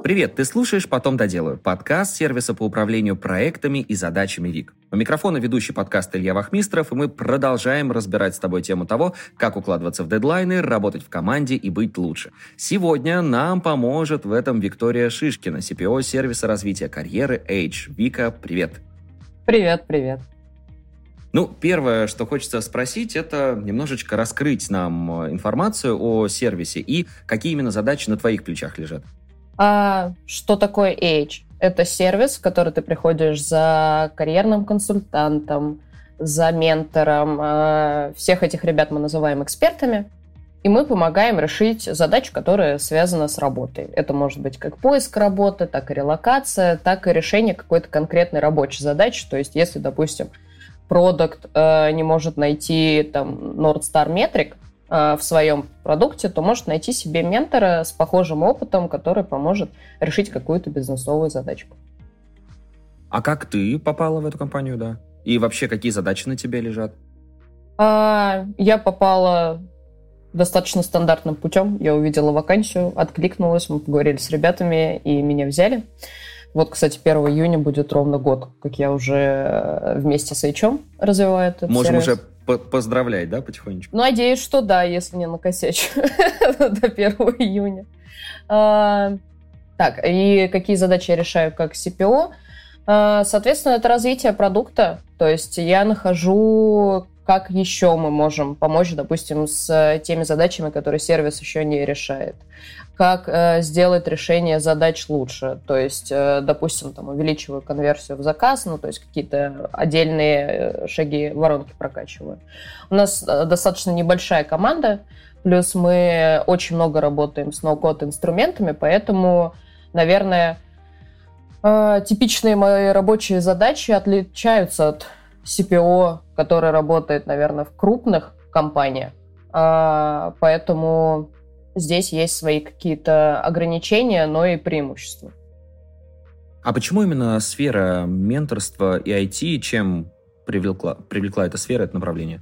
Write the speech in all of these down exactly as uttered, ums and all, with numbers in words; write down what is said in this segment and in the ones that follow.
Привет, ты слушаешь «Потом доделаю» — подкаст сервиса по управлению проектами и задачами ВИК. У микрофона ведущий подкаста Илья Вахмистров, и мы продолжаем разбирать с тобой тему того, как укладываться в дедлайны, работать в команде и быть лучше. Сегодня нам поможет в этом Виктория Шишкина, си пи о сервиса развития карьеры Age. Вика, привет. Привет, привет. Ну, первое, что хочется спросить, это немножечко раскрыть нам информацию о сервисе и какие именно задачи на твоих плечах лежат. А что такое Age? Это сервис, в который ты приходишь за карьерным консультантом, за ментором. Всех этих ребят мы называем экспертами, и мы помогаем решить задачу, которая связана с работой. Это может быть как поиск работы, так и релокация, так и решение какой-то конкретной рабочей задачи. То есть, если, допустим, продакт э, не может найти там North Star метрик э, в своем продукте, то может найти себе ментора с похожим опытом, который поможет решить какую-то бизнесовую задачку. А как ты попала в эту компанию, да? И вообще, какие задачи на тебе лежат? А, я попала достаточно стандартным путем. Я увидела вакансию, откликнулась, мы поговорили с ребятами, и меня взяли. Вот, кстати, первого июня будет ровно год, как я уже вместе с Эйчом развиваю этот Можем сервис. уже поздравлять, да, потихонечку? Ну, надеюсь, что да, если не накосячу до первого июня. А, так, и какие задачи я решаю как си пи о? А, соответственно, это развитие продукта. То есть я нахожу, как еще мы можем помочь, допустим, с теми задачами, которые сервис еще не решает. Как э, сделать решение задач лучше. То есть, э, допустим, там, увеличиваю конверсию в заказ, ну, то есть какие-то отдельные шаги, воронки прокачиваю. У нас э, достаточно небольшая команда, плюс мы очень много работаем с ноу-код инструментами, поэтому, наверное, э, типичные мои рабочие задачи отличаются от си пи о, который работает, наверное, в крупных компаниях. Э, поэтому... Здесь есть свои какие-то ограничения, но и преимущества. А почему именно сфера менторства и ай ти, чем привлекла, привлекла эта сфера, это направление?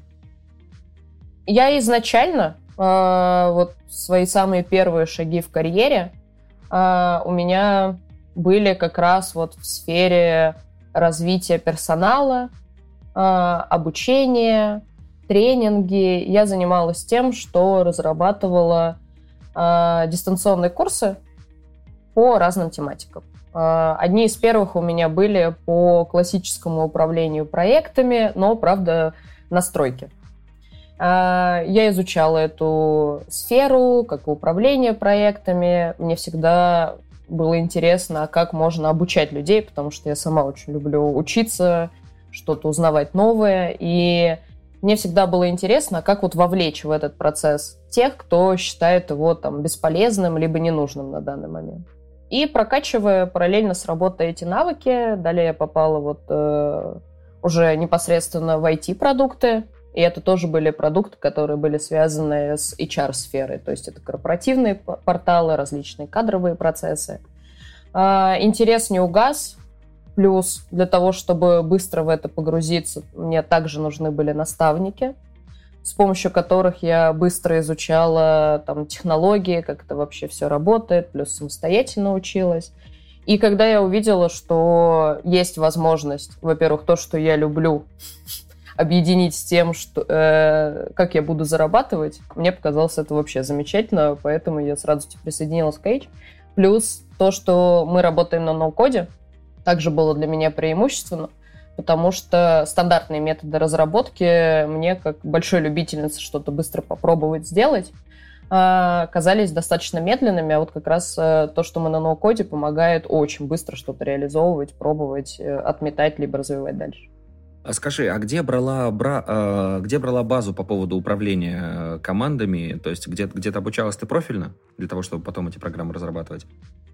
Я изначально, э, вот свои самые первые шаги в карьере э, у меня были как раз вот в сфере развития персонала, э, обучения, тренинги. Я занималась тем, что разрабатывала дистанционные курсы по разным тематикам. Одни из первых у меня были по классическому управлению проектами, но, правда, настройки. Я изучала эту сферу, как и управление проектами. Мне всегда было интересно, как можно обучать людей, потому что я сама очень люблю учиться, что-то узнавать новое, и мне всегда было интересно, как вот вовлечь в этот процесс тех, кто считает его там бесполезным либо ненужным на данный момент. И прокачивая параллельно с работой эти навыки, далее я попала вот э, уже непосредственно в ай ти-продукты, и это тоже были продукты, которые были связаны с эйч ар-сферой, то есть это корпоративные порталы, различные кадровые процессы. Э, интерес не угас. Плюс для того, чтобы быстро в это погрузиться, мне также нужны были наставники, с помощью которых я быстро изучала там, технологии, как это вообще все работает, плюс самостоятельно училась. И когда я увидела, что есть возможность, во-первых, то, что я люблю, объединить с тем, что, э, как я буду зарабатывать, мне показалось это вообще замечательно, поэтому я сразу присоединилась к Age. Плюс то, что мы работаем на ноу-коде, также было для меня преимущественно, потому что стандартные методы разработки мне, как большой любительнице что-то быстро попробовать сделать, казались достаточно медленными, а вот как раз то, что мы на ноу-коде, помогает очень быстро что-то реализовывать, пробовать, отметать, либо развивать дальше. А скажи, а где брала, бра, где брала базу по поводу управления командами? То есть где, где-то обучалась ты профильно для того, чтобы потом эти программы разрабатывать?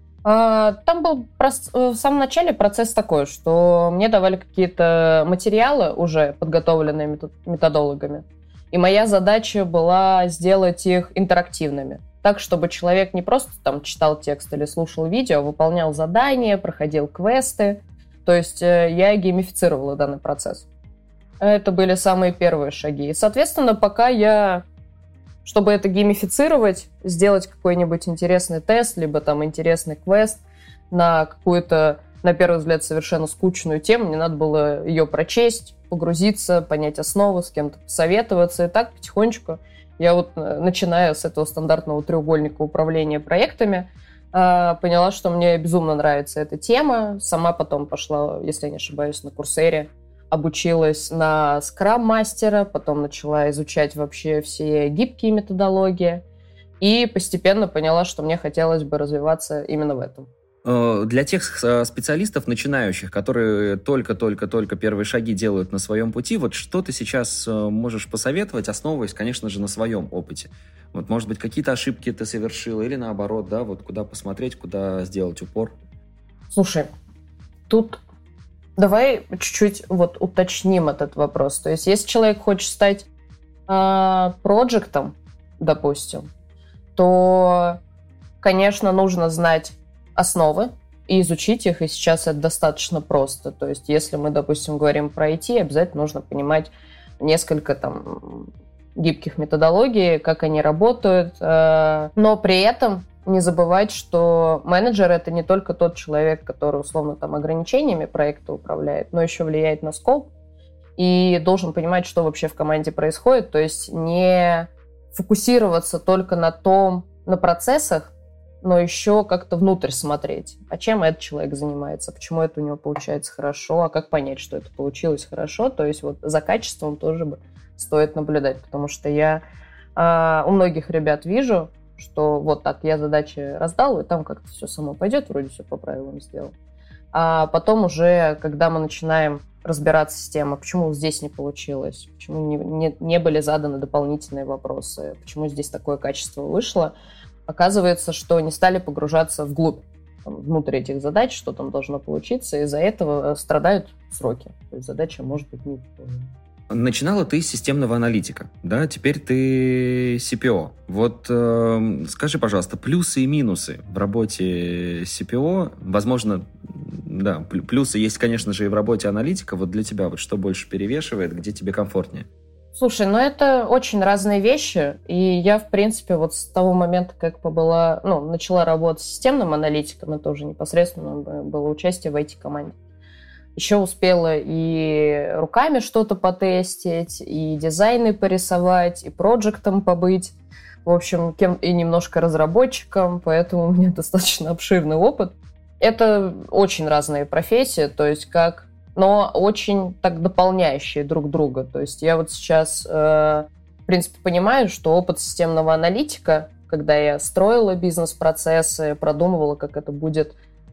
Там был в самом начале процесс такой, что мне давали какие-то материалы, уже подготовленные методологами, и моя задача была сделать их интерактивными, так, чтобы человек не просто там читал текст или слушал видео, а выполнял задания, проходил квесты, то есть я геймифицировала данный процесс. Это были самые первые шаги. И, соответственно, пока я чтобы это геймифицировать, сделать какой-нибудь интересный тест, либо там интересный квест, на какую-то, на первый взгляд, совершенно скучную тему. Мне надо было ее прочесть, погрузиться, понять основы, с кем-то посоветоваться. И так потихонечку я вот, начиная с этого стандартного треугольника управления проектами, поняла, что мне безумно нравится эта тема. Сама потом пошла, если я не ошибаюсь, на Курсере, обучилась на скрам-мастера, потом начала изучать вообще все гибкие методологии и постепенно поняла, что мне хотелось бы развиваться именно в этом. Для тех специалистов, начинающих, которые только-только-только первые шаги делают на своем пути, вот что ты сейчас можешь посоветовать, основываясь, конечно же, на своем опыте? Вот, может быть, какие-то ошибки ты совершил или наоборот, да, вот куда посмотреть, куда сделать упор? Слушай, тут давай чуть-чуть вот уточним этот вопрос. То есть, если человек хочет стать э, проектом, допустим, то, конечно, нужно знать основы и изучить их, и сейчас это достаточно просто. То есть, если мы, допустим, говорим про ай ти, обязательно нужно понимать несколько там гибких методологий, как они работают, но при этом не забывать, что менеджер — это не только тот человек, который условно там ограничениями проекта управляет, но еще влияет на скоп и должен понимать, что вообще в команде происходит, то есть не фокусироваться только на том, на процессах, но еще как-то внутрь смотреть. А чем этот человек занимается? Почему это у него получается хорошо? А как понять, что это получилось хорошо? То есть вот за качеством тоже бы стоит наблюдать, потому что я э, у многих ребят вижу, что вот так я задачи раздал, и там как-то все само пойдет, вроде все по правилам сделал. А потом уже, когда мы начинаем разбираться с тем, а почему здесь не получилось, почему не, не, не были заданы дополнительные вопросы, почему здесь такое качество вышло, оказывается, что не стали погружаться вглубь, там, внутрь этих задач, что там должно получиться, и из-за этого страдают сроки. То есть задача может быть не выполнена. Начинала ты с системного аналитика, да, теперь ты си пи о. Вот э, скажи, пожалуйста, плюсы и минусы в работе си пи о, возможно, да, плюсы есть, конечно же, и в работе аналитика, вот для тебя вот что больше перевешивает, где тебе комфортнее? Слушай, ну это очень разные вещи, и я, в принципе, вот с того момента, как побыла, ну, начала работать с системным аналитиком, это уже непосредственно было участие в ай ти-команде. Еще успела и руками что-то потестить, и дизайны порисовать, и проектом побыть, в общем, кем и немножко разработчиком, поэтому у меня достаточно обширный опыт. Это очень разные профессии, то есть как, но очень так дополняющие друг друга. То есть я вот сейчас, э, в принципе, понимаю, что опыт системного аналитика, когда я строила бизнес-процессы, продумывала, как это будет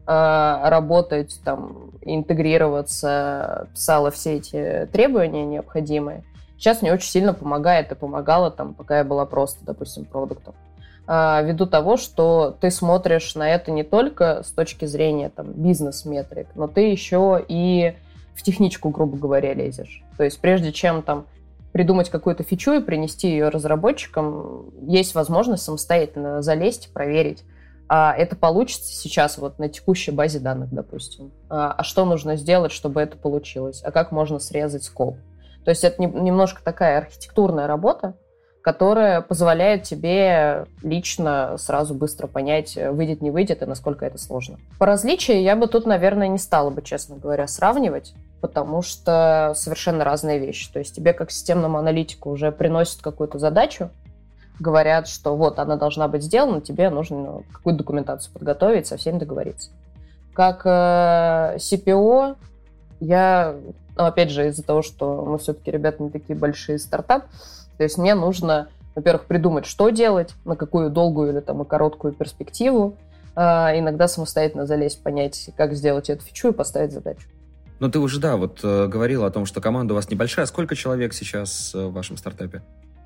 работать, там, интегрироваться, писала все эти требования необходимые, сейчас мне очень сильно помогает и помогала, там, пока я была просто, допустим, продуктом. А, ввиду того, что ты смотришь на это не только с точки зрения там, бизнес-метрик, но ты еще и в техничку, грубо говоря, лезешь. То есть прежде чем там придумать какую-то фичу и принести ее разработчикам, есть возможность самостоятельно залезть, проверить, а это получится сейчас вот на текущей базе данных, допустим. А, а что нужно сделать, чтобы это получилось? А как можно срезать скоп? То есть это не, немножко такая архитектурная работа, которая позволяет тебе лично сразу быстро понять, выйдет, не выйдет, и насколько это сложно. По различию я бы тут, наверное, не стала бы, честно говоря, сравнивать, потому что совершенно разные вещи. То есть тебе как системному аналитику уже приносят какую-то задачу, говорят, что вот она должна быть сделана, тебе нужно какую-то документацию подготовить, со всеми договориться. Как э, си пи о, я, ну, опять же, из-за того, что мы все-таки, ребята, не такие большие стартапы, то есть мне нужно, во-первых, придумать, что делать, на какую долгую или там и короткую перспективу, э, иногда самостоятельно залезть, понять, как сделать эту фичу и поставить задачу. Ну, ты уже, да, вот э, говорила о том, что команда у вас небольшая. Сколько человек сейчас э, в вашем стартапе?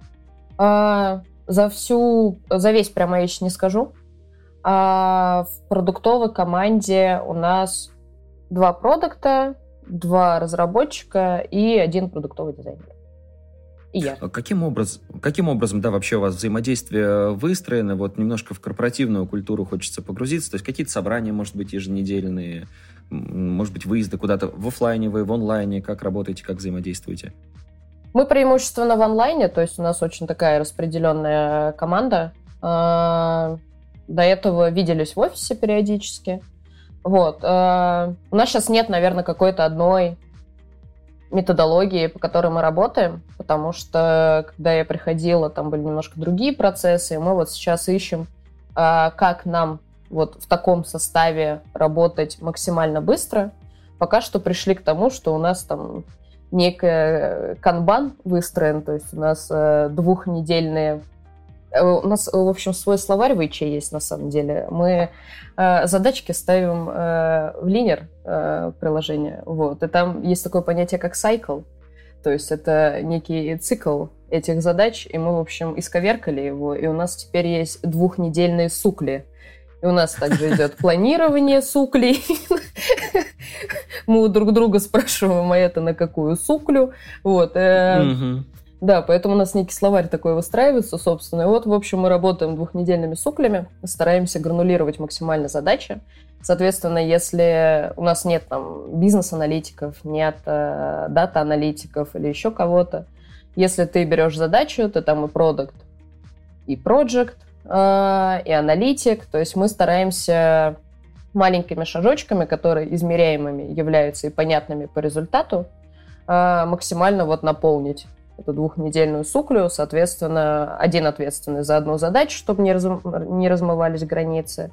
А, за всю, за весь прямо я еще не скажу. А в продуктовой команде у нас два продукта, два разработчика и один продуктовый дизайнер. И я. Каким образом, каким образом, да, вообще у вас взаимодействие выстроено? Вот немножко в корпоративную культуру хочется погрузиться. То есть какие-то собрания, может быть, еженедельные, может быть, выезды куда-то в офлайне, вы в онлайне, как работаете, как взаимодействуете? Мы преимущественно в онлайне, то есть у нас очень такая распределенная команда. До этого виделись в офисе периодически, Вот. У нас сейчас нет, наверное, какой-то одной методологии, по которой мы работаем, потому что, когда я приходила, там были немножко другие процессы, и мы вот сейчас ищем, как нам вот в таком составе работать максимально быстро. Пока что пришли к тому, что у нас там некий канбан выстроен, то есть у нас двухнедельные... У нас, в общем, свой словарь в ИЧ есть, на самом деле. Мы э, задачки ставим э, в линер э, приложение. Вот. И там есть такое понятие, как cycle. То есть это некий цикл этих задач. И мы, в общем, исковеркали его. И у нас теперь есть двухнедельные сукли. И у нас также идет планирование суклей. Мы у друг друга спрашиваем, а это на какую суклю. Вот. Да, поэтому у нас некий словарь такой выстраивается, собственно. И вот, в общем, мы работаем двухнедельными суклями, стараемся гранулировать максимально задачи. Соответственно, если у нас нет там бизнес-аналитиков, нет э, дата-аналитиков или еще кого-то, если ты берешь задачу, то там и продукт, и проект, э, и аналитик. То есть мы стараемся маленькими шажочками, которые измеряемыми являются и понятными по результату, э, максимально вот наполнить эту двухнедельную суклю, соответственно, один ответственный за одну задачу, чтобы не, разм... не размывались границы.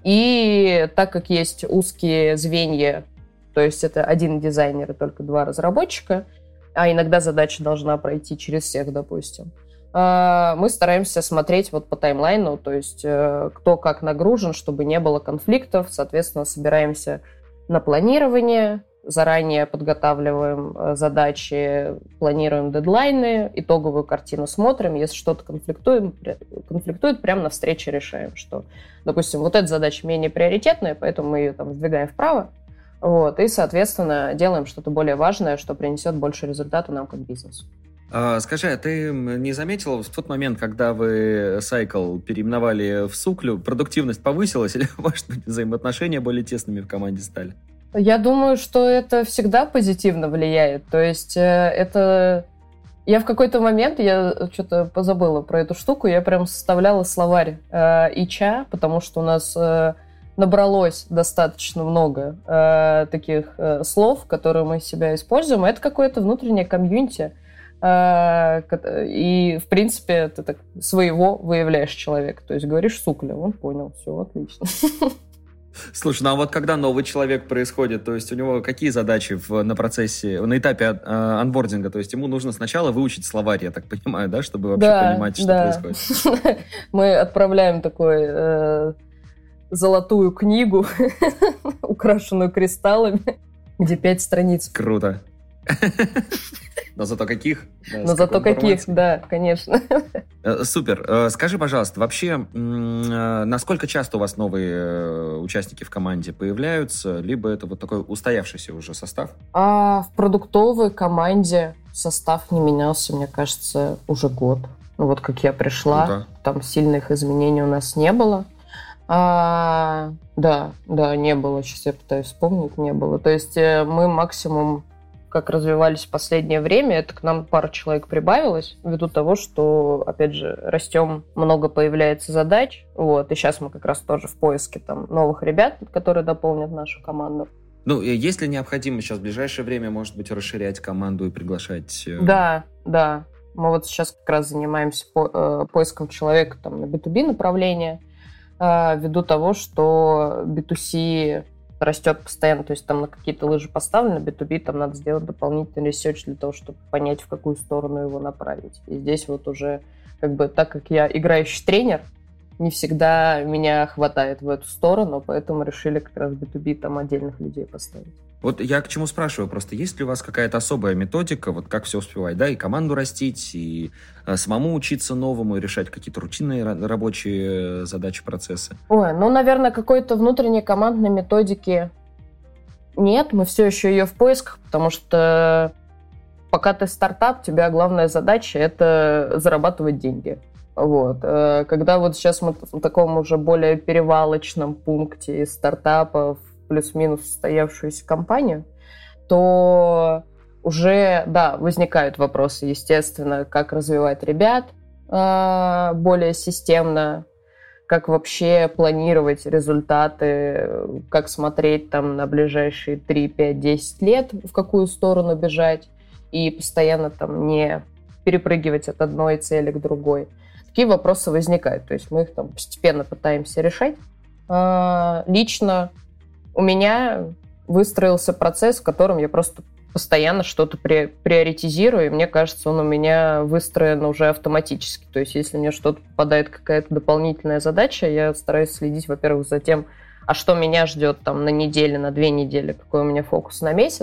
И так как есть узкие звенья, то есть это один дизайнер и только два разработчика, а иногда задача должна пройти через всех, допустим, мы стараемся смотреть вот по таймлайну, то есть кто как нагружен, чтобы не было конфликтов, соответственно, собираемся на планирование, заранее подготавливаем задачи, планируем дедлайны, итоговую картину смотрим. Если что-то конфликтует, конфликтует, прямо на встрече решаем, что, допустим, вот эта задача менее приоритетная, поэтому мы ее там сдвигаем вправо. Вот, и, соответственно, делаем что-то более важное, что принесет больше результата нам как бизнесу. Скажи, а ты не заметила в тот момент, когда вы Cycle переименовали в Суклю, продуктивность повысилась или, может быть, взаимоотношения более тесными в команде стали? Я думаю, что это всегда позитивно влияет. То есть это... Я в какой-то момент, я что-то позабыла про эту штуку, я прям составляла словарь э, ИЧа, потому что у нас э, набралось достаточно много э, таких э, слов, которые мы себя используем. Это какое-то внутреннее комьюнити. Э, и, в принципе, ты так своего выявляешь человека. То есть говоришь «сукля», он понял, все, отлично. Слушай, ну а вот когда новый человек происходит, то есть у него какие задачи в, на процессе, на этапе э, анбординга? То есть ему нужно сначала выучить словарь, я так понимаю, да, чтобы вообще да, понимать, что да. происходит? Мы отправляем такой э, золотую книгу, украшенную кристаллами, где пять страниц. Круто. Но зато каких? Да, Но зато каких, да, конечно. Супер. Скажи, пожалуйста, вообще, насколько часто у вас новые участники в команде появляются, либо это вот такой устоявшийся уже состав? А в продуктовой команде состав не менялся, мне кажется, уже год. Ну вот как я пришла, ну, да. Там сильных изменений у нас не было. А, да, да, не было. Сейчас я пытаюсь вспомнить, не было. То есть мы максимум как развивались в последнее время, это к нам пара человек прибавилось, ввиду того, что, опять же, растем, много появляется задач, вот, и сейчас мы как раз тоже в поиске там новых ребят, которые дополнят нашу команду. Ну, есть ли необходимость сейчас в ближайшее время, может быть, расширять команду и приглашать? Да, да. Мы вот сейчас как раз занимаемся по, э, поиском человека там на би ту би направление, э, ввиду того, что би ту си растет постоянно, то есть там на какие-то лыжи поставлены, би ту би там надо сделать дополнительный ресерч для того, чтобы понять, в какую сторону его направить. И здесь вот уже, как бы, так как я играющий тренер, не всегда меня хватает в эту сторону, поэтому решили как раз би ту би там отдельных людей поставить. Вот я к чему спрашиваю, просто есть ли у вас какая-то особая методика, вот как все успевать, да, и команду растить, и э, самому учиться новому, и решать какие-то рутинные рабочие задачи, процессы? Ой, ну, наверное, какой-то внутренней командной методики нет, мы все еще ее в поисках, потому что пока ты стартап, у тебя главная задача – это зарабатывать деньги. Вот. Когда вот сейчас мы в таком уже более перевалочном пункте из стартапов, плюс-минус состоявшуюся компанию, то уже, да, возникают вопросы, естественно, как развивать ребят э, более системно, как вообще планировать результаты, как смотреть там на ближайшие три, пять, десять лет, в какую сторону бежать, и постоянно там не перепрыгивать от одной цели к другой. Такие вопросы возникают, то есть мы их там постепенно пытаемся решать. Лично у меня выстроился процесс, в котором я просто постоянно что-то приоритизирую, и мне кажется, он у меня выстроен уже автоматически. То есть если мне что-то попадает, какая-то дополнительная задача, я стараюсь следить, во-первых, за тем, а что меня ждет там на неделю, на две недели, какой у меня фокус на месяц.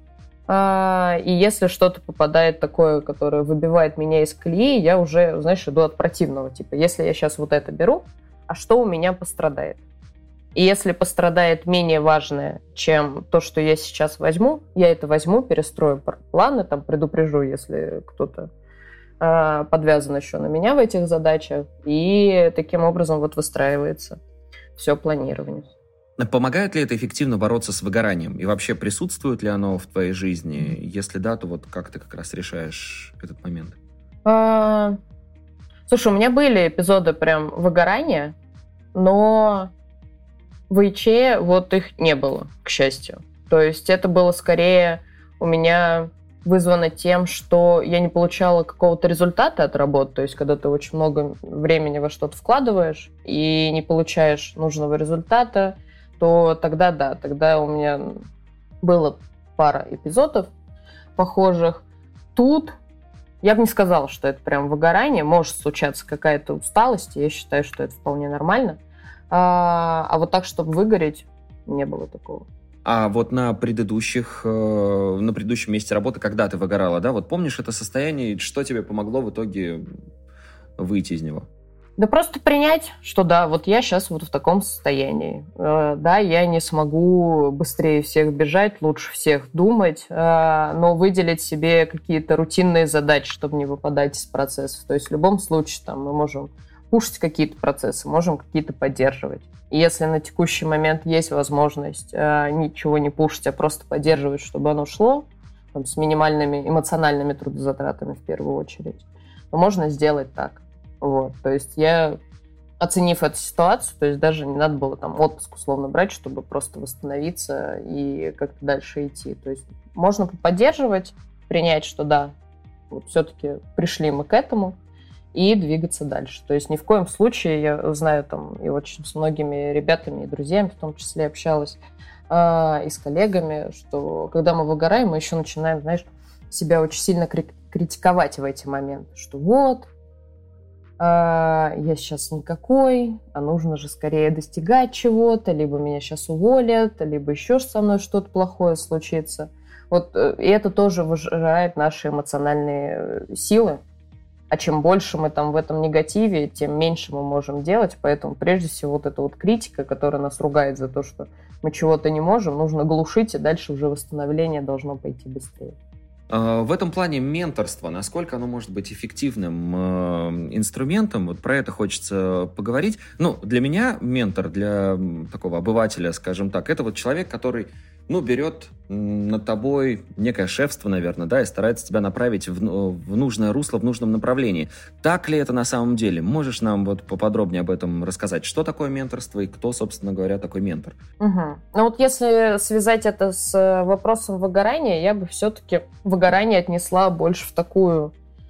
И если что-то попадает такое, которое выбивает меня из колеи, я уже, знаешь, иду от противного. Типа, если я сейчас вот это беру, а что у меня пострадает? И если пострадает менее важное, чем то, что я сейчас возьму, я это возьму, перестрою планы, там, предупрежу, если кто-то э, подвязан еще на меня в этих задачах, и таким образом вот выстраивается все планирование. Помогает ли это эффективно бороться с выгоранием? И вообще присутствует ли оно в твоей жизни? Если да, то вот как ты как раз решаешь этот момент? А, слушай, у меня были эпизоды прям выгорания, но в ИЧ вот их не было, к счастью. То есть это было скорее у меня вызвано тем, что я не получала какого-то результата от работы, то есть когда ты очень много времени во что-то вкладываешь и не получаешь нужного результата, то тогда да, тогда у меня было пара эпизодов похожих. Тут я бы не сказала, что это прям выгорание, может случаться какая-то усталость, я считаю, что это вполне нормально. А, а вот так, чтобы выгореть, не было такого. А вот на предыдущих, на предыдущем месте работы, когда ты выгорала, да, вот помнишь это состояние, что тебе помогло в итоге выйти из него? Да просто принять, что да, вот я сейчас вот в таком состоянии. Да, я не смогу быстрее всех бежать, лучше всех думать, но выделить себе какие-то рутинные задачи, чтобы не выпадать из процессов. То есть в любом случае там, мы можем пушить какие-то процессы, можем какие-то поддерживать. И если на текущий момент есть возможность ничего не пушить, а просто поддерживать, чтобы оно шло, там, с минимальными эмоциональными трудозатратами в первую очередь, то можно сделать так. Вот, то есть я, оценив эту ситуацию, то есть даже не надо было там отпуск условно брать, чтобы просто восстановиться и как-то дальше идти. То есть можно поддерживать, принять, что да, вот все-таки пришли мы к этому, и двигаться дальше. То есть ни в коем случае, я знаю там и очень с многими ребятами и друзьями в том числе общалась, э, и с коллегами, что когда мы выгораем, мы еще начинаем, знаешь, себя очень сильно критиковать в эти моменты, что вот, я сейчас никакой, а нужно же скорее достигать чего-то, либо меня сейчас уволят, либо еще со мной что-то плохое случится. Вот, и это тоже выжирает наши эмоциональные силы. А чем больше мы там в этом негативе, тем меньше мы можем делать. Поэтому прежде всего вот эта вот критика, которая нас ругает за то, что мы чего-то не можем, нужно глушить, и дальше уже восстановление должно пойти быстрее. В этом плане менторство, насколько оно может быть эффективным э, инструментом, вот про это хочется поговорить. Ну, для меня ментор, для такого обывателя, скажем так, это вот человек, который, ну, берет над тобой некое шефство, наверное, да, и старается тебя направить в, в нужное русло, в нужном направлении. Так ли это на самом деле? Можешь нам вот поподробнее об этом рассказать? Что такое менторство и кто, собственно говоря, такой ментор? Угу. Ну вот если связать это с вопросом выгорания, я бы все-таки выгорание отнесла больше в такую...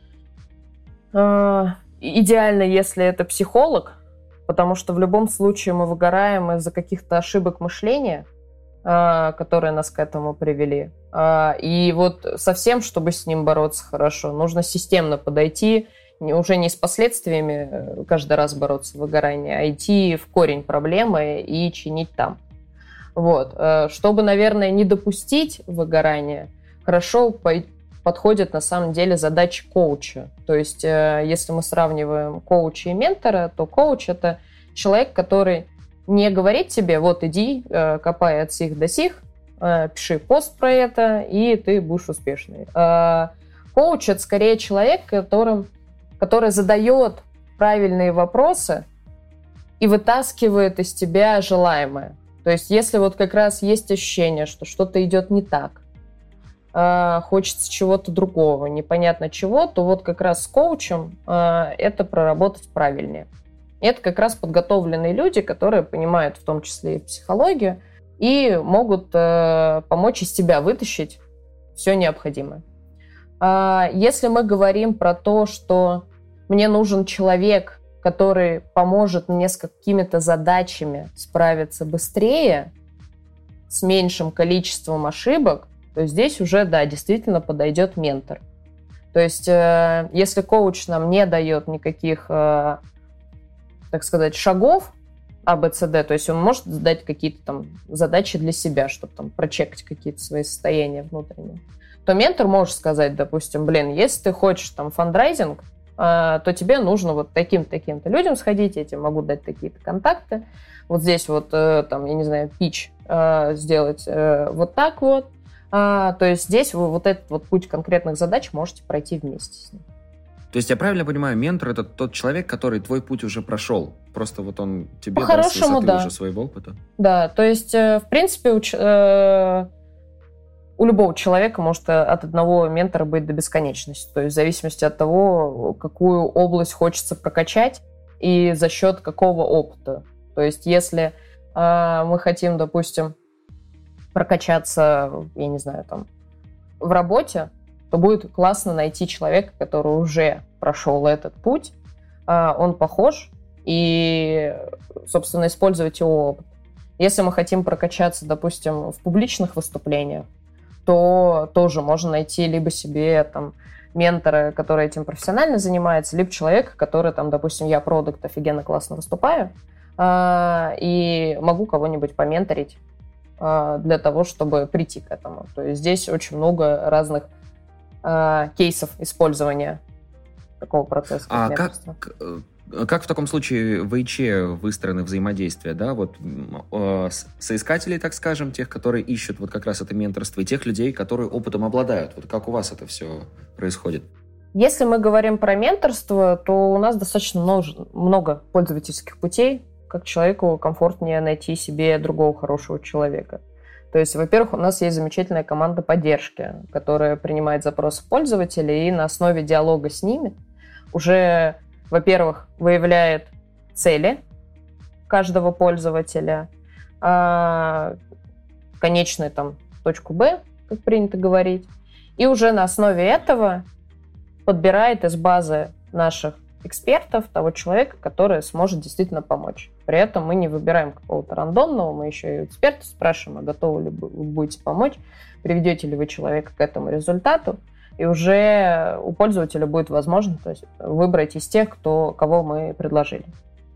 Э, идеально, если это психолог, потому что в любом случае мы выгораем из-за каких-то ошибок мышления, которые нас к этому привели. И вот совсем, чтобы с ним бороться хорошо, нужно системно подойти, уже не с последствиями каждый раз бороться выгорания, а идти в корень проблемы и чинить там. Вот. Чтобы, наверное, не допустить выгорания, хорошо подходят на самом деле задачи коуча. То есть, если мы сравниваем коуча и ментора, то коуч — это человек, который не говорит тебе, вот иди, э, копай от сих до сих, э, пиши пост про это, и ты будешь успешный. Э, коуч — это скорее человек, которым, который задает правильные вопросы и вытаскивает из тебя желаемое. То есть если вот как раз есть ощущение, что что-то идет не так, э, хочется чего-то другого, непонятно чего, то вот как раз с коучем э, это проработать правильнее. И это как раз подготовленные люди, которые понимают в том числе и психологию, и могут э, помочь из тебя вытащить все необходимое. А если мы говорим про то, что мне нужен человек, который поможет мне с какими-то задачами справиться быстрее, с меньшим количеством ошибок, то здесь уже, да, действительно подойдет ментор. То есть, э, если коуч нам не дает никаких, э, так сказать, шагов А, Б, С, Д, то есть он может задать какие-то там задачи для себя, чтобы там прочекать какие-то свои состояния внутренние, то ментор может сказать, допустим, блин, если ты хочешь там фандрайзинг, э, то тебе нужно вот таким-таким-то людям сходить, я тебе могу дать такие-то контакты, вот здесь вот, э, там, я не знаю, питч э, сделать э, вот так вот. А, то есть здесь вы вот этот вот путь конкретных задач можете пройти вместе с ним. То есть я правильно понимаю, ментор — это тот человек, который твой путь уже прошел? Просто вот он тебе даст По-хорошему, высоты да. уже своего опыта? Да, то есть, в принципе, у, э, у любого человека может от одного ментора быть до бесконечности. То есть в зависимости от того, какую область хочется прокачать и за счет какого опыта. То есть если э, мы хотим, допустим, прокачаться, я не знаю, там, в работе, то будет классно найти человека, который уже прошел этот путь, он похож, и, собственно, использовать его опыт. Если мы хотим прокачаться, допустим, в публичных выступлениях, то тоже можно найти либо себе там ментора, который этим профессионально занимается, либо человека, который, там, допустим, я продакт, офигенно классно выступаю, и могу кого-нибудь поменторить для того, чтобы прийти к этому. То есть здесь очень много разных э, кейсов использования такого процесса. А как, как в таком случае в эйч выстроены взаимодействия, да, вот э, соискателей, так скажем, тех, которые ищут вот как раз это менторство, и тех людей, которые опытом обладают? Вот как у вас это все происходит? Если мы говорим про менторство, то у нас достаточно много, много пользовательских путей, как человеку комфортнее найти себе другого хорошего человека. То есть, во-первых, у нас есть замечательная команда поддержки, которая принимает запросы пользователей и на основе диалога с ними уже, во-первых, выявляет цели каждого пользователя, конечную там точку Б, как принято говорить, и уже на основе этого подбирает из базы наших экспертов того человека, который сможет действительно помочь. При этом мы не выбираем какого-то рандомного, мы еще и экспертов спрашиваем, а готовы ли вы будете помочь, приведете ли вы человека к этому результату, и уже у пользователя будет возможность, то есть, выбрать из тех, кто, кого мы предложили.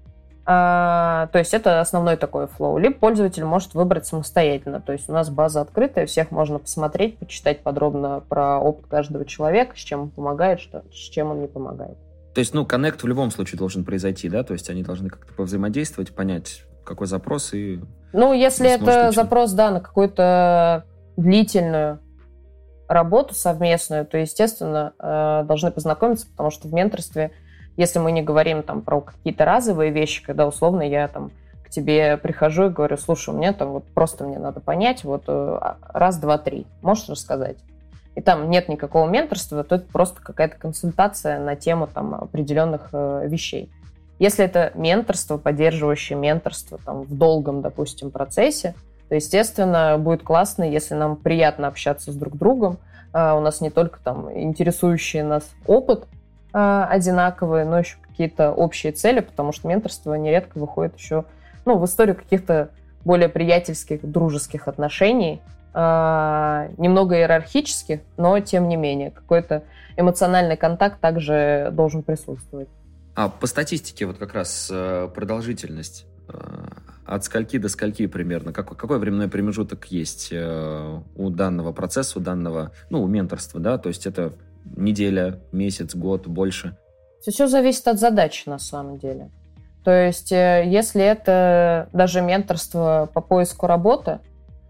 А, то есть это основной такой флоу. Либо пользователь может выбрать самостоятельно. То есть у нас база открытая, всех можно посмотреть, почитать подробно про опыт каждого человека, с чем он помогает, что, с чем он не помогает. То есть, ну, коннект в любом случае должен произойти, да? То есть они должны как-то повзаимодействовать, понять, какой запрос и... Ну, если это запрос, да, на какую-то длительную работу совместную, то, естественно, должны познакомиться, потому что в менторстве, если мы не говорим там про какие-то разовые вещи, когда условно я там к тебе прихожу и говорю, слушай, у меня там вот просто мне надо понять, вот раз, два, три, можешь рассказать? И там нет никакого менторства, то это просто какая-то консультация на тему там определенных э, вещей. Если это менторство, поддерживающее менторство там, в долгом, допустим, процессе, то, естественно, будет классно, если нам приятно общаться с друг другом. Э, у нас не только там интересующий нас опыт э, одинаковый, но еще какие-то общие цели, потому что менторство нередко выходит еще ну, в историю каких-то более приятельских, дружеских отношений, немного иерархических, но тем не менее какой-то эмоциональный контакт также должен присутствовать. А по статистике вот как раз продолжительность от скольки до скольки примерно? Какой, какой временной промежуток есть у данного процесса, у данного, ну, у менторства, да? То есть это неделя, месяц, год, больше? Все зависит от задачи на самом деле. То есть если это даже менторство по поиску работы,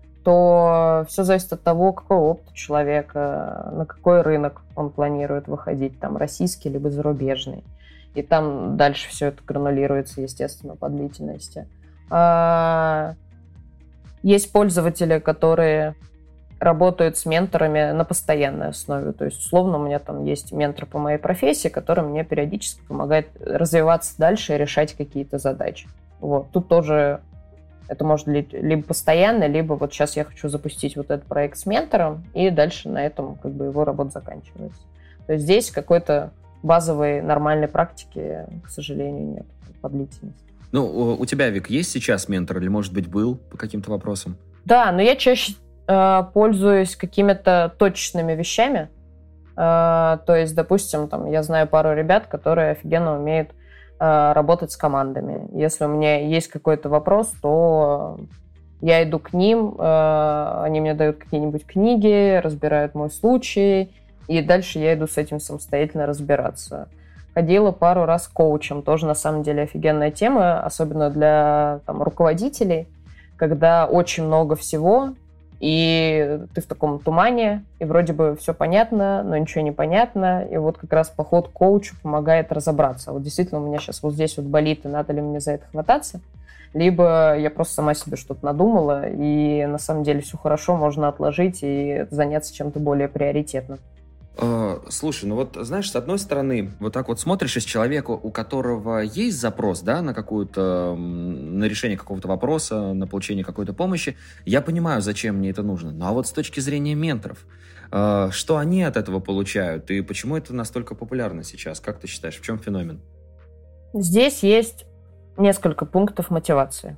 то все зависит от того, какой опыт у человека, на какой рынок он планирует выходить, там, российский либо зарубежный. И там дальше все это гранулируется, естественно, по длительности. Есть пользователи, которые работают с менторами на постоянной основе. То есть, условно, у меня там есть ментор по моей профессии, который мне периодически помогает развиваться дальше и решать какие-то задачи. Вот. Тут тоже это может быть либо постоянно, либо вот сейчас я хочу запустить вот этот проект с ментором, и дальше на этом как бы его работа заканчивается. То есть здесь какой-то базовой нормальной практики, к сожалению, нет по длительности. Ну, у тебя, Вик, есть сейчас ментор или, может быть, был по каким-то вопросам? Да, но я чаще э, пользуюсь какими-то точечными вещами. Э, то есть, допустим, там, я знаю пару ребят, которые офигенно умеют э, работать с командами. Если у меня есть какой-то вопрос, то я иду к ним, э, они мне дают какие-нибудь книги, разбирают мой случай, и дальше я иду с этим самостоятельно разбираться. Ходила пару раз к коучам, тоже на самом деле офигенная тема, особенно для там, руководителей, когда очень много всего, и ты в таком тумане, и вроде бы все понятно, но ничего не понятно, и вот как раз поход к коучу помогает разобраться. Вот действительно у меня сейчас вот здесь вот болит, и надо ли мне за это хвататься, либо я просто сама себе что-то надумала, и на самом деле все хорошо, можно отложить и заняться чем-то более приоритетным. Слушай, ну вот, знаешь, с одной стороны, вот так вот смотришь из человека, у которого есть запрос, да, на какую-то, на решение какого-то вопроса, на получение какой-то помощи, я понимаю, зачем мне это нужно. Ну а вот с точки зрения менторов, что они от этого получают и почему это настолько популярно сейчас? Как ты считаешь, в чем феномен? Здесь есть несколько пунктов мотивации.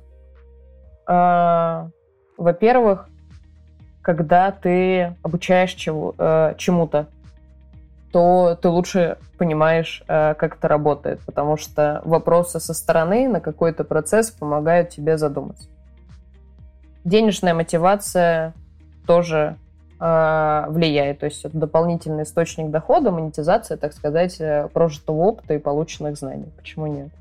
Во-первых, когда ты обучаешь чему-то, то ты лучше понимаешь, как это работает, потому что вопросы со стороны на какой-то процесс помогают тебе задуматься. Денежная мотивация тоже э, влияет, то есть это дополнительный источник дохода, монетизация, так сказать, прожитого опыта и полученных знаний. Почему нет?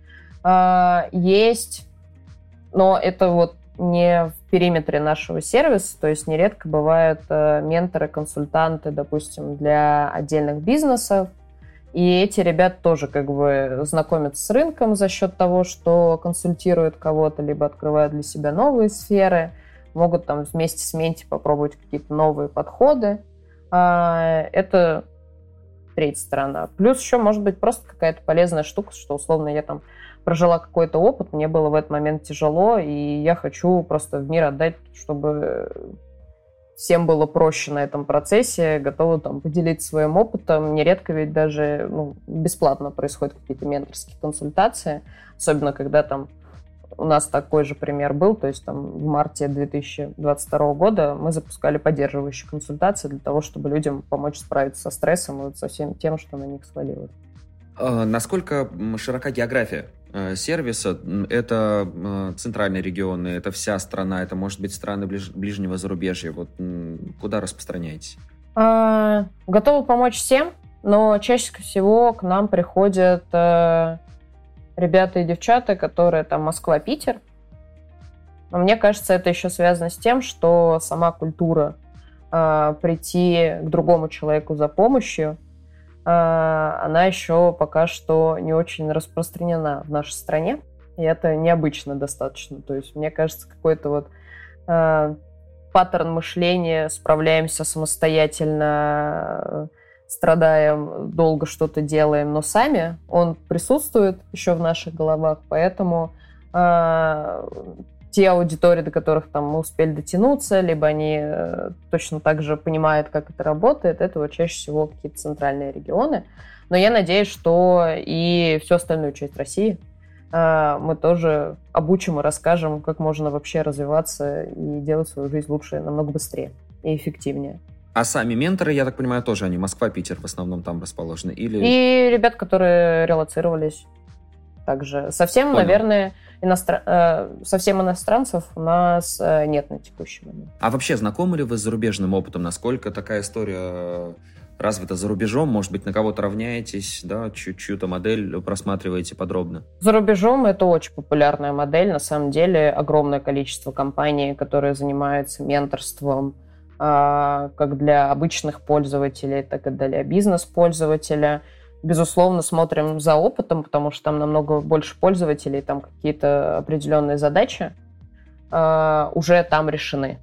Э, есть, но это вот не в периметре нашего сервиса, то есть нередко бывают э, менторы, консультанты, допустим, для отдельных бизнесов, и эти ребята тоже как бы знакомятся с рынком за счет того, что консультируют кого-то, либо открывают для себя новые сферы, могут там вместе с менти попробовать какие-то новые подходы. Э, это третья сторона. Плюс еще может быть просто какая-то полезная штука, что условно я там прожила какой-то опыт, мне было в этот момент тяжело, и я хочу просто в мир отдать, чтобы всем было проще на этом процессе, готова там поделиться своим опытом. Нередко ведь даже ну, бесплатно происходят какие-то менторские консультации, особенно когда там у нас такой же пример был, то есть там в марте две тысячи двадцать второго года мы запускали поддерживающие консультации для того, чтобы людям помочь справиться со стрессом и вот со всем тем, что на них свалилось. А насколько широка география сервиса? Это центральные регионы, это вся страна, это, может быть, страны ближ... ближнего зарубежья. Вот куда распространяетесь? А, готовы помочь всем, но чаще всего к нам приходят а, ребята и девчата, которые там Москва-Питер. Но мне кажется, это еще связано с тем, что сама культура а, прийти к другому человеку за помощью, она еще пока что не очень распространена в нашей стране, и это необычно достаточно. То есть, мне кажется, какой-то вот э, паттерн мышления, справляемся самостоятельно, страдаем, долго что-то делаем, но сами, он присутствует еще в наших головах, поэтому э, те аудитории, до которых там мы успели дотянуться, либо они э, точно так же понимают, как это работает, это вот чаще всего какие-то центральные регионы. Но я надеюсь, что и всю остальную часть России э, мы тоже обучим и расскажем, как можно вообще развиваться и делать свою жизнь лучше, намного быстрее и эффективнее. А сами менторы, я так понимаю, тоже они Москва-Питер в основном там расположены? Или... И ребят, которые релоцировались также. Совсем, Понял. наверное... Иностран... Совсем иностранцев у нас нет на текущий момент. А вообще, знакомы ли вы с зарубежным опытом? Насколько такая история развита за рубежом? Может быть, на кого-то равняетесь, да? Чью- чью-то модель просматриваете подробно? За рубежом это очень популярная модель. На самом деле огромное количество компаний, которые занимаются менторством как для обычных пользователей, так и для бизнес-пользователя. Безусловно, смотрим за опытом, потому что там намного больше пользователей, там какие-то определенные задачи э, уже там решены.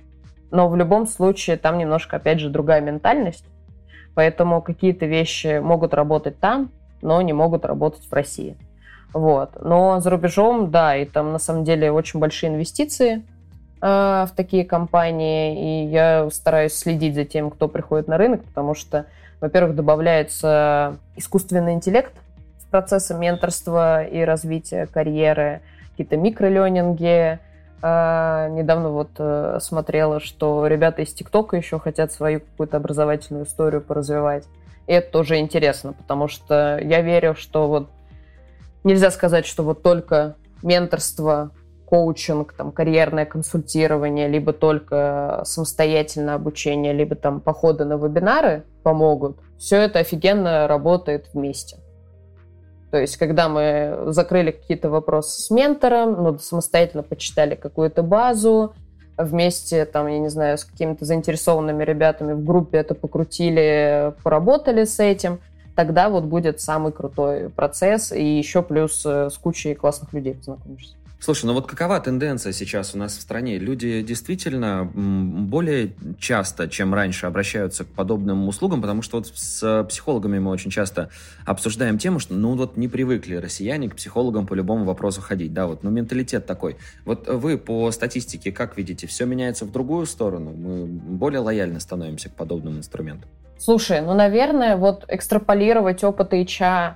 но в любом случае там немножко, опять же, другая ментальность, поэтому какие-то вещи могут работать там, но не могут работать в России. Вот. Но за рубежом, да, и там на самом деле очень большие инвестиции э, в такие компании, и я стараюсь следить за тем, кто приходит на рынок, потому что, во-первых, добавляется искусственный интеллект в процессы менторства и развития карьеры, какие-то микроленинги. Э, недавно вот э, смотрела, что ребята из ТикТока еще хотят свою какую-то образовательную историю поразвивать. И это тоже интересно, потому что я верю, что вот нельзя сказать, что вот только менторство, коучинг, там, карьерное консультирование, либо только самостоятельное обучение, либо там походы на вебинары помогут. Все это офигенно работает вместе. То есть, когда мы закрыли какие-то вопросы с ментором, ну, самостоятельно почитали какую-то базу, вместе, там, я не знаю, с какими-то заинтересованными ребятами в группе это покрутили, поработали с этим, тогда вот будет самый крутой процесс, и еще плюс с кучей классных людей познакомишься. Слушай, ну вот какова тенденция сейчас у нас в стране? Люди действительно более часто, чем раньше, обращаются к подобным услугам, потому что вот с психологами мы очень часто обсуждаем тему, что ну вот не привыкли россияне к психологам по любому вопросу ходить, да, вот, ну менталитет такой. Вот вы по статистике как видите, все меняется в другую сторону? Мы более лояльно становимся к подобным инструментам? Слушай, ну, наверное, вот экстраполировать опыт эйч ар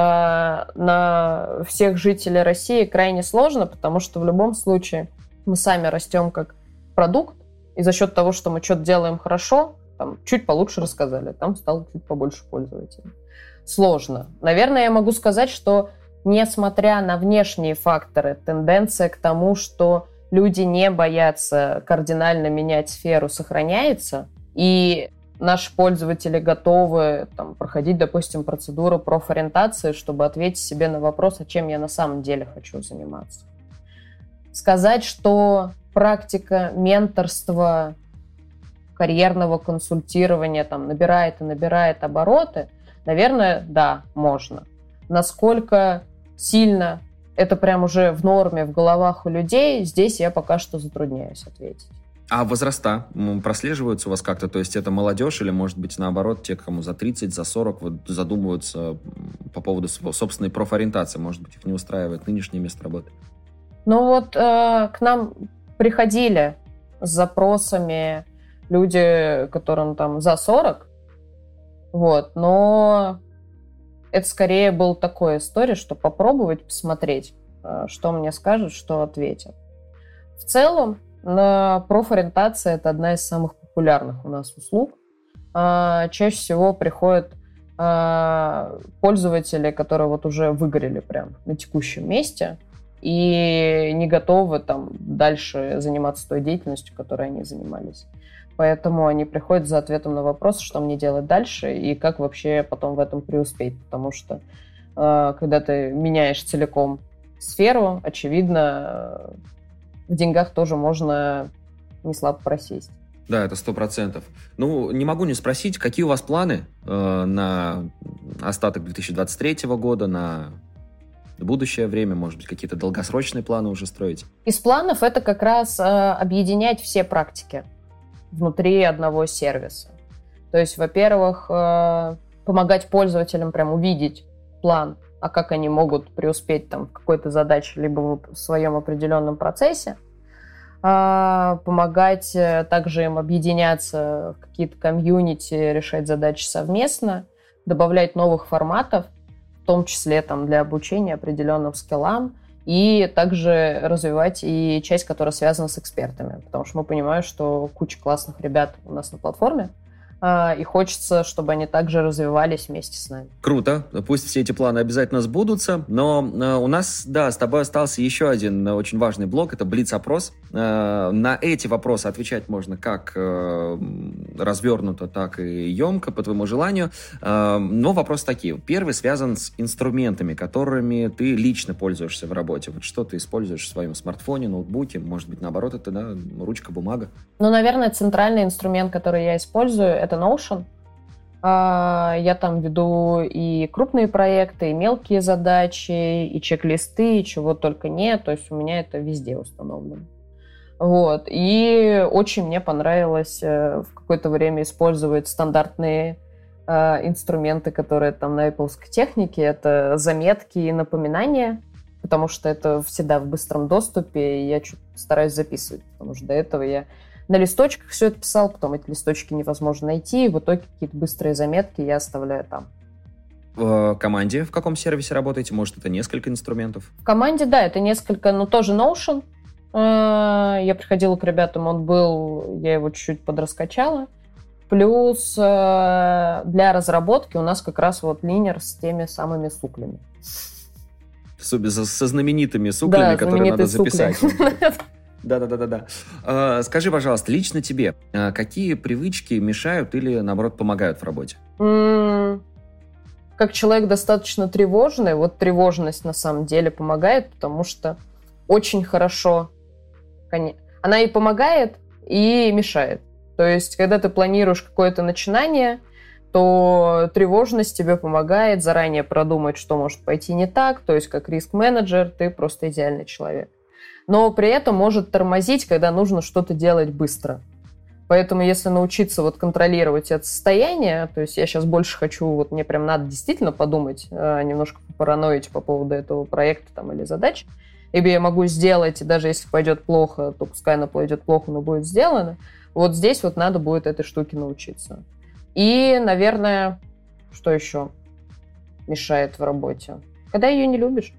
на всех жителей России крайне сложно, потому что в любом случае мы сами растем как продукт, и за счет того, что мы что-то делаем хорошо, там, чуть получше рассказали, там стало чуть побольше пользователей. Сложно. Наверное, я могу сказать, что несмотря на внешние факторы, тенденция к тому, что люди не боятся кардинально менять сферу, сохраняется, и наши пользователи готовы там, проходить, допустим, процедуру профориентации, чтобы ответить себе на вопрос, а чем я на самом деле хочу заниматься. Сказать, что практика менторства, карьерного консультирования там, набирает и набирает обороты, наверное, да, можно. Насколько сильно это прям уже в норме в головах у людей, здесь я пока что затрудняюсь ответить. А возраста прослеживаются у вас как-то? То есть это молодежь или, может быть, наоборот, те, кому за тридцать, за сорок вот, задумываются по поводу собственной профориентации? Может быть, их не устраивает нынешнее место работы? Ну вот э, к нам приходили с запросами люди, которым там за сорок, вот, но это скорее была такая история, что попробовать, посмотреть, э, что мне скажут, что ответят. В целом, на профориентация – это одна из самых популярных у нас услуг. А, чаще всего приходят а, пользователи, которые вот уже выгорели прям на текущем месте и не готовы там дальше заниматься той деятельностью, которой они занимались. Поэтому они приходят за ответом на вопрос, что мне делать дальше и как вообще потом в этом преуспеть. Потому что а, когда ты меняешь целиком сферу, очевидно, в деньгах тоже можно не слабо просесть. Да, это сто процентов. Ну, не могу не спросить, какие у вас планы э, на остаток две тысячи двадцать третьего года, на будущее время, может быть, какие-то долгосрочные планы уже строите? Из планов это как раз э, объединять все практики внутри одного сервиса. То есть, во-первых, э, помогать пользователям прям увидеть план, а как они могут преуспеть там, в какой-то задаче, либо в своем определенном процессе. А, помогать также им объединяться в какие-то комьюнити, решать задачи совместно, добавлять новых форматов, в том числе там, для обучения определенным скиллам, и также развивать и часть, которая связана с экспертами, потому что мы понимаем, что куча классных ребят у нас на платформе, и хочется, чтобы они также развивались вместе с нами. Круто. Пусть все эти планы обязательно сбудутся, но у нас, да, с тобой остался еще один очень важный блок, это блиц-опрос. На эти вопросы отвечать можно как развернуто, так и емко, по твоему желанию. Но вопросы такие. Первый связан с инструментами, которыми ты лично пользуешься в работе. Вот что ты используешь в своем смартфоне, ноутбуке, может быть, наоборот, это, да, ручка, бумага? Ну, наверное, центральный инструмент, который я использую, это Notion. Я там веду и крупные проекты, и мелкие задачи, и чек-листы, и чего только нет. То есть у меня это везде установлено. Вот. И очень мне понравилось в какое-то время использовать стандартные э, инструменты, которые там на Apple-ской технике. Это заметки и напоминания, потому что это всегда в быстром доступе, и я чуть стараюсь записывать, потому что до этого я на листочках все это писал, потом эти листочки невозможно найти, и в итоге какие-то быстрые заметки я оставляю там. В команде в каком сервисе работаете? Может, это несколько инструментов? В команде, да, это несколько, но тоже Notion. Я приходила к ребятам, он был, я его чуть-чуть подраскачала. Плюс для разработки у нас как раз вот линер с теми самыми суклями. Со знаменитыми суклями, да, которые надо записать. Да-да-да-да. Скажи, пожалуйста, лично тебе, какие привычки мешают или, наоборот, помогают в работе? Как человек достаточно тревожный, вот тревожность на самом деле помогает, потому что очень хорошо... Она и помогает, и мешает. То есть, когда ты планируешь какое-то начинание, то тревожность тебе помогает заранее продумать, что может пойти не так. То есть, как риск-менеджер, ты просто идеальный человек. Но при этом может тормозить, когда нужно что-то делать быстро. Поэтому, если научиться вот контролировать это состояние, то есть я сейчас больше хочу, вот мне прям надо действительно подумать, немножко параноить по поводу этого проекта там, или задач, ибо я могу сделать, и даже если пойдет плохо, то пускай оно пойдет плохо, но будет сделано. Вот здесь вот надо будет этой штуке научиться. И, наверное, что еще мешает в работе? Когда ее не любишь.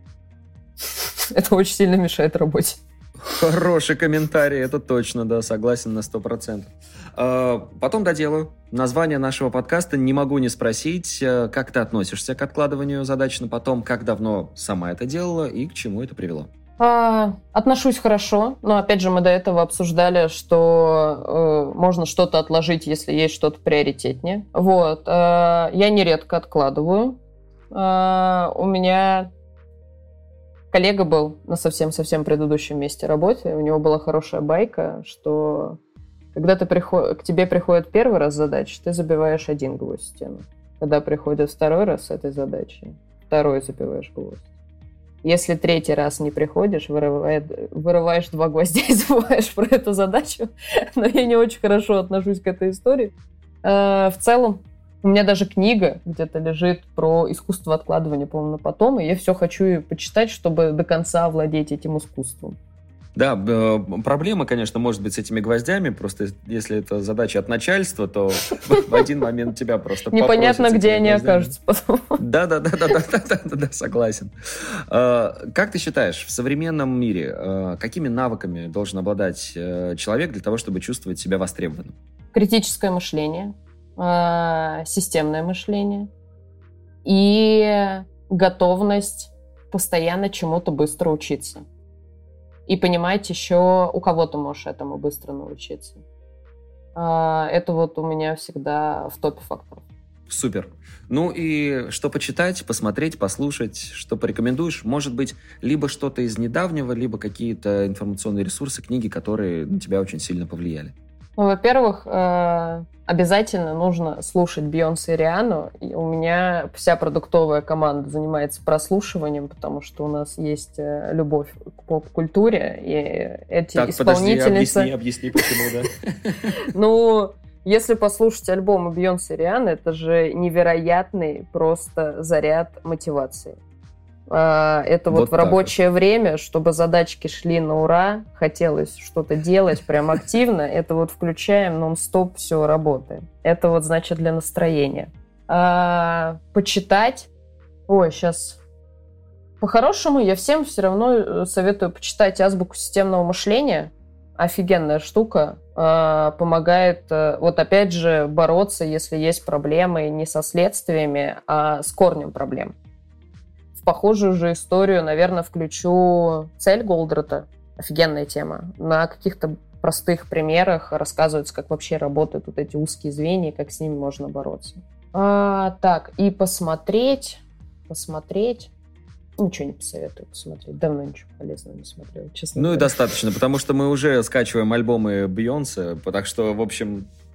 Это очень сильно мешает работе. Хороший комментарий, это точно, да, согласен на сто процентов. Потом доделаю. Название нашего подкаста не могу не спросить, как ты относишься к откладыванию задач на потом, как давно сама это делала и к чему это привело? А, отношусь хорошо, но опять же мы до этого обсуждали, что э, можно что-то отложить, если есть что-то приоритетнее. Вот, э, я нередко откладываю. Э, у меня коллега был на совсем-совсем предыдущем месте работы, у него была хорошая байка, что когда ты приход... к тебе приходит первый раз задача, ты забиваешь один гвоздь в стену. Когда приходит второй раз с этой задачей, второй забиваешь гвоздь. Если третий раз не приходишь, вырывает, вырываешь два гвоздя и забываешь про эту задачу. Но я не очень хорошо отношусь к этой истории. В целом, у меня даже книга где-то лежит про искусство откладывания, по-моему, на потом, и я все хочу ее почитать, чтобы до конца овладеть этим искусством. Да, проблема, конечно, может быть с этими гвоздями, просто если это задача от начальства, то в один момент тебя просто попросят. Непонятно, где они окажутся потом. Да-да-да, согласен. Как ты считаешь, в современном мире какими навыками должен обладать человек для того, чтобы чувствовать себя востребованным? Критическое мышление, системное мышление и готовность постоянно чему-то быстро учиться. И понимать еще, у кого ты можешь этому быстро научиться. Это вот у меня всегда в топе факторов. Супер. Ну и что почитать, посмотреть, послушать, что порекомендуешь? Может быть, либо что-то из недавнего, либо какие-то информационные ресурсы, книги, которые на тебя очень сильно повлияли? Ну, во-первых, обязательно нужно слушать Бейонсе и Риану. И у меня вся продуктовая команда занимается прослушиванием, потому что у нас есть любовь к поп-культуре, и эти так, исполнительницы... Так, подожди, объясни, объясни, почему, да? Ну, если послушать альбомы Бейонсе и Рианы, это же невероятный просто заряд мотивации. Это вот, вот в рабочее вот. время, чтобы задачки шли на ура, хотелось что-то делать прям активно, это вот включаем нон-стоп, все, работаем. Это вот, значит, для настроения. А, почитать. Ой, сейчас... По-хорошему, я всем все равно советую почитать «Азбуку системного мышления». Офигенная штука. А, помогает, вот опять же, бороться, если есть проблемы не со следствиями, а с корнем проблем. Похожую же историю, наверное, включу «Цель» Голдрата. Офигенная тема. На каких-то простых примерах рассказывается, как вообще работают вот эти узкие звенья, как с ними можно бороться. А, так, и посмотреть, посмотреть... Ничего не посоветую посмотреть. Давно ничего полезного не смотрел, честно Ну говоря. И достаточно, потому что мы уже скачиваем альбомы Бейонсе, так что, в общем...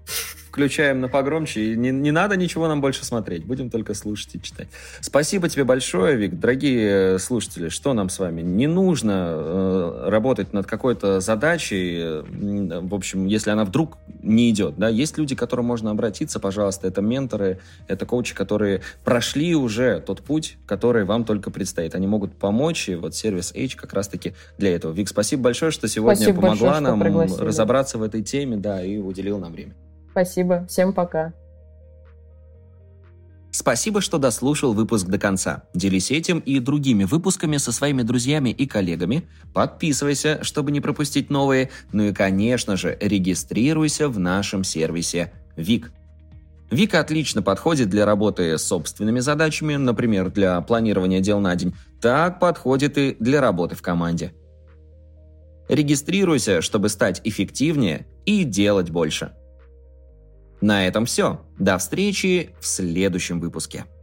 включаем на погромче, и не, не надо ничего нам больше смотреть, будем только слушать и читать. Спасибо тебе большое, Вик. Дорогие слушатели, что нам с вами? Не нужно э, работать над какой-то задачей, э, в общем, если она вдруг не идет, да, есть люди, к которым можно обратиться, пожалуйста, это менторы, это коучи, которые прошли уже тот путь, который вам только предстоит. Они могут помочь, и вот сервис H как раз-таки для этого. Вик, спасибо большое, что сегодня спасибо помогла большое, нам пригласили. разобраться в этой теме, да, и уделил нам время. Спасибо, всем пока. Спасибо, что дослушал выпуск до конца. Делись этим и другими выпусками со своими друзьями и коллегами. Подписывайся, чтобы не пропустить новые. Ну и, конечно же, регистрируйся в нашем сервисе Вик. Вик отлично подходит для работы с собственными задачами, например, для планирования дел на день. Так подходит и для работы в команде. Регистрируйся, чтобы стать эффективнее и делать больше. На этом все. До встречи в следующем выпуске.